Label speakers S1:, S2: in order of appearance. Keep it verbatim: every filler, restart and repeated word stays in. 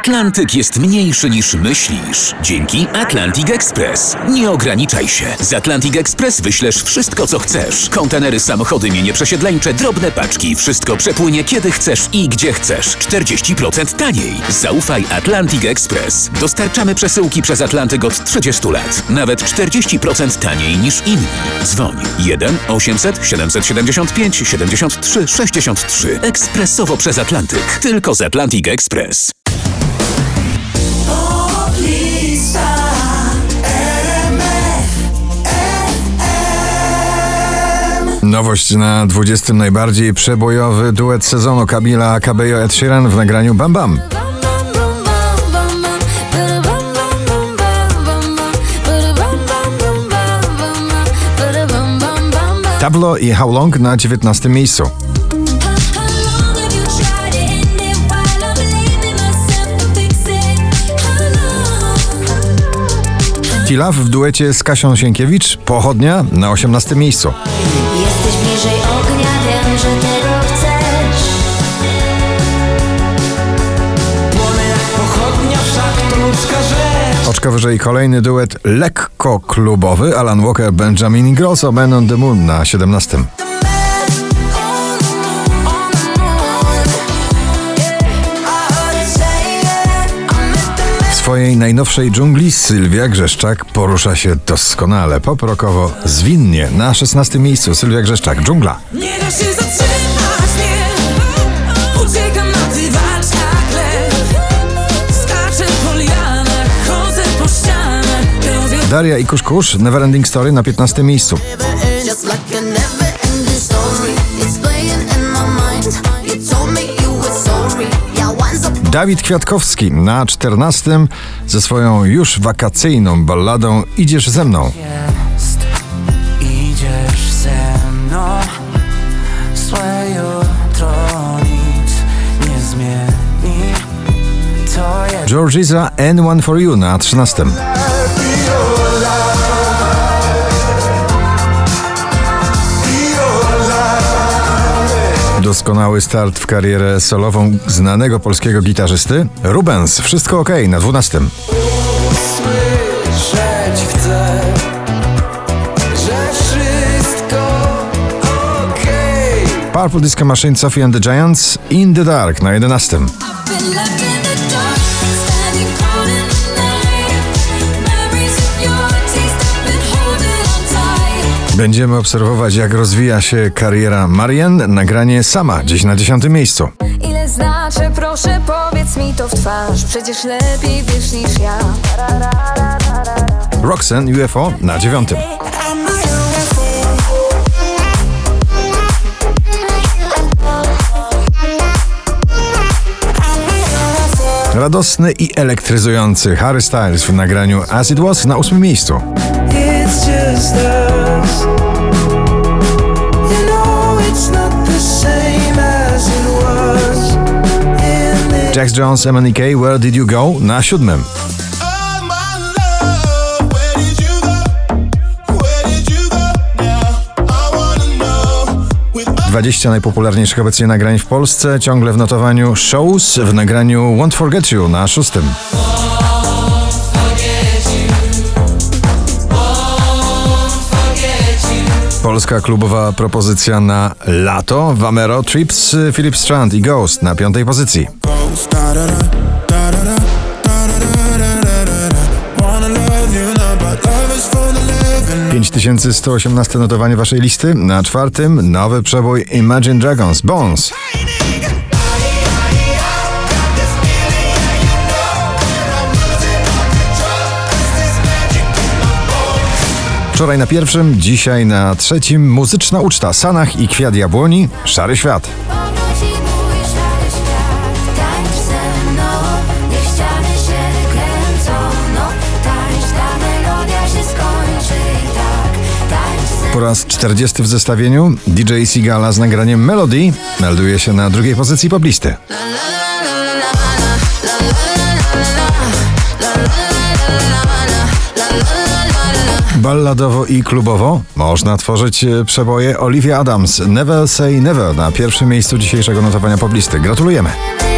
S1: Atlantyk jest mniejszy niż myślisz. Dzięki Atlantic Express. Nie ograniczaj się. Z Atlantic Express wyślesz wszystko, co chcesz. Kontenery, samochody, mienie przesiedleńcze, drobne paczki. Wszystko przepłynie kiedy chcesz i gdzie chcesz. czterdzieści procent taniej. Zaufaj Atlantic Express. Dostarczamy przesyłki przez Atlantyk od trzydziestu lat. Nawet czterdzieści procent taniej niż inni. Dzwoń jeden osiemset siedemset siedemdziesiąt pięć siedemdziesiąt trzy sześćdziesiąt trzy. Ekspresowo przez Atlantyk. Tylko z Atlantic Express.
S2: Nowość na dwudziestym najbardziej przebojowy duet sezonu Camila Cabello Ed Sheeran w nagraniu Bam Bam. Tablo i How Long na dziewiętnastym miejscu. T-Love w duecie z Kasią Sienkiewicz, Pochodnia na osiemnastym miejscu.
S3: Jesteś bliżej ognia, wiem, że tego chcesz.
S4: Płonę jak pochodnia, wszak to ludzka rzecz.
S2: Oczko wyżej kolejny duet lekko klubowy Alan Walker, Benjamin Ingrosso, Man on the Moon na siedemnastym. W swojej najnowszej dżungli Sylwia Grzeszczak porusza się doskonale, pop-rockowo, zwinnie. Na szesnastym miejscu Sylwia Grzeszczak, Dżungla.
S5: Nie da się zatrzymać, nie. Uciekam na ty walcz jak lew. Skaczę po lianach, chodzę po ścianach.
S2: Daria i Kusz Kusz, Neverending Story na piętnastym miejscu.
S3: Just like a never ending story. It's playing in my mind. You told me you were sorry. Yeah, once up.
S2: Dawid Kwiatkowski na czternastym ze swoją już wakacyjną balladą Idziesz ze mną.
S4: Jest, idziesz ze mną. Złe jutro nic nie zmieni. To jest
S2: Georgiza and One for You na trzynastym. Doskonały start w karierę solową znanego polskiego gitarzysty. Rubens, Wszystko OK na dwunastym.
S4: słyszeć chcę, że wszystko okej.
S2: Purple Disco Machine, Sophie and the Giants, In the Dark na jedenastym.
S5: Been left in the dark, standing cold in the night. Memories of your taste, I've been holding on tight.
S2: Będziemy obserwować, jak rozwija się kariera Marianne. Nagranie Sama, dziś na dziesiątym miejscu.
S6: Ile znaczę, proszę powiedz mi to w twarz. Przecież lepiej wiesz niż ja.
S2: Roxanne, U F O na dziewiątym. Radosny i elektryzujący Harry Styles w nagraniu As It Was na ósmym miejscu.
S4: It's just us. You know it's not the same as it was. In the
S2: Jax Jones, M N E K, Where Did You Go na siódmym. dwadzieścia najpopularniejszych obecnie nagrań w Polsce, ciągle w notowaniu Shows w nagraniu Won't Forget You na szóstym. Polska klubowa propozycja na lato, Vamero, Trips, Philip Strand i Ghost na piątej pozycji. pięć tysięcy sto osiemnaście notowanie waszej listy. Na czwartym nowy przebój Imagine Dragons, Bones. Wczoraj na pierwszym, dzisiaj na trzecim muzyczna uczta Sanach i Kwiat Jabłoni, Szary Świat.
S3: Powodzi mój szary świat. Tańcz ze mną. Niech ściany się kręcą. No, tańcz, ta melodia się skończy i tak. Tańcz ze mną.
S2: Po raz czterdziesty w zestawieniu D J Sigala z nagraniem Melody melduje się na drugiej pozycji poblisty. Balladowo i klubowo można tworzyć przeboje. Olivia Adams, Never Say Never na pierwszym miejscu dzisiejszego notowania poblisty. Gratulujemy.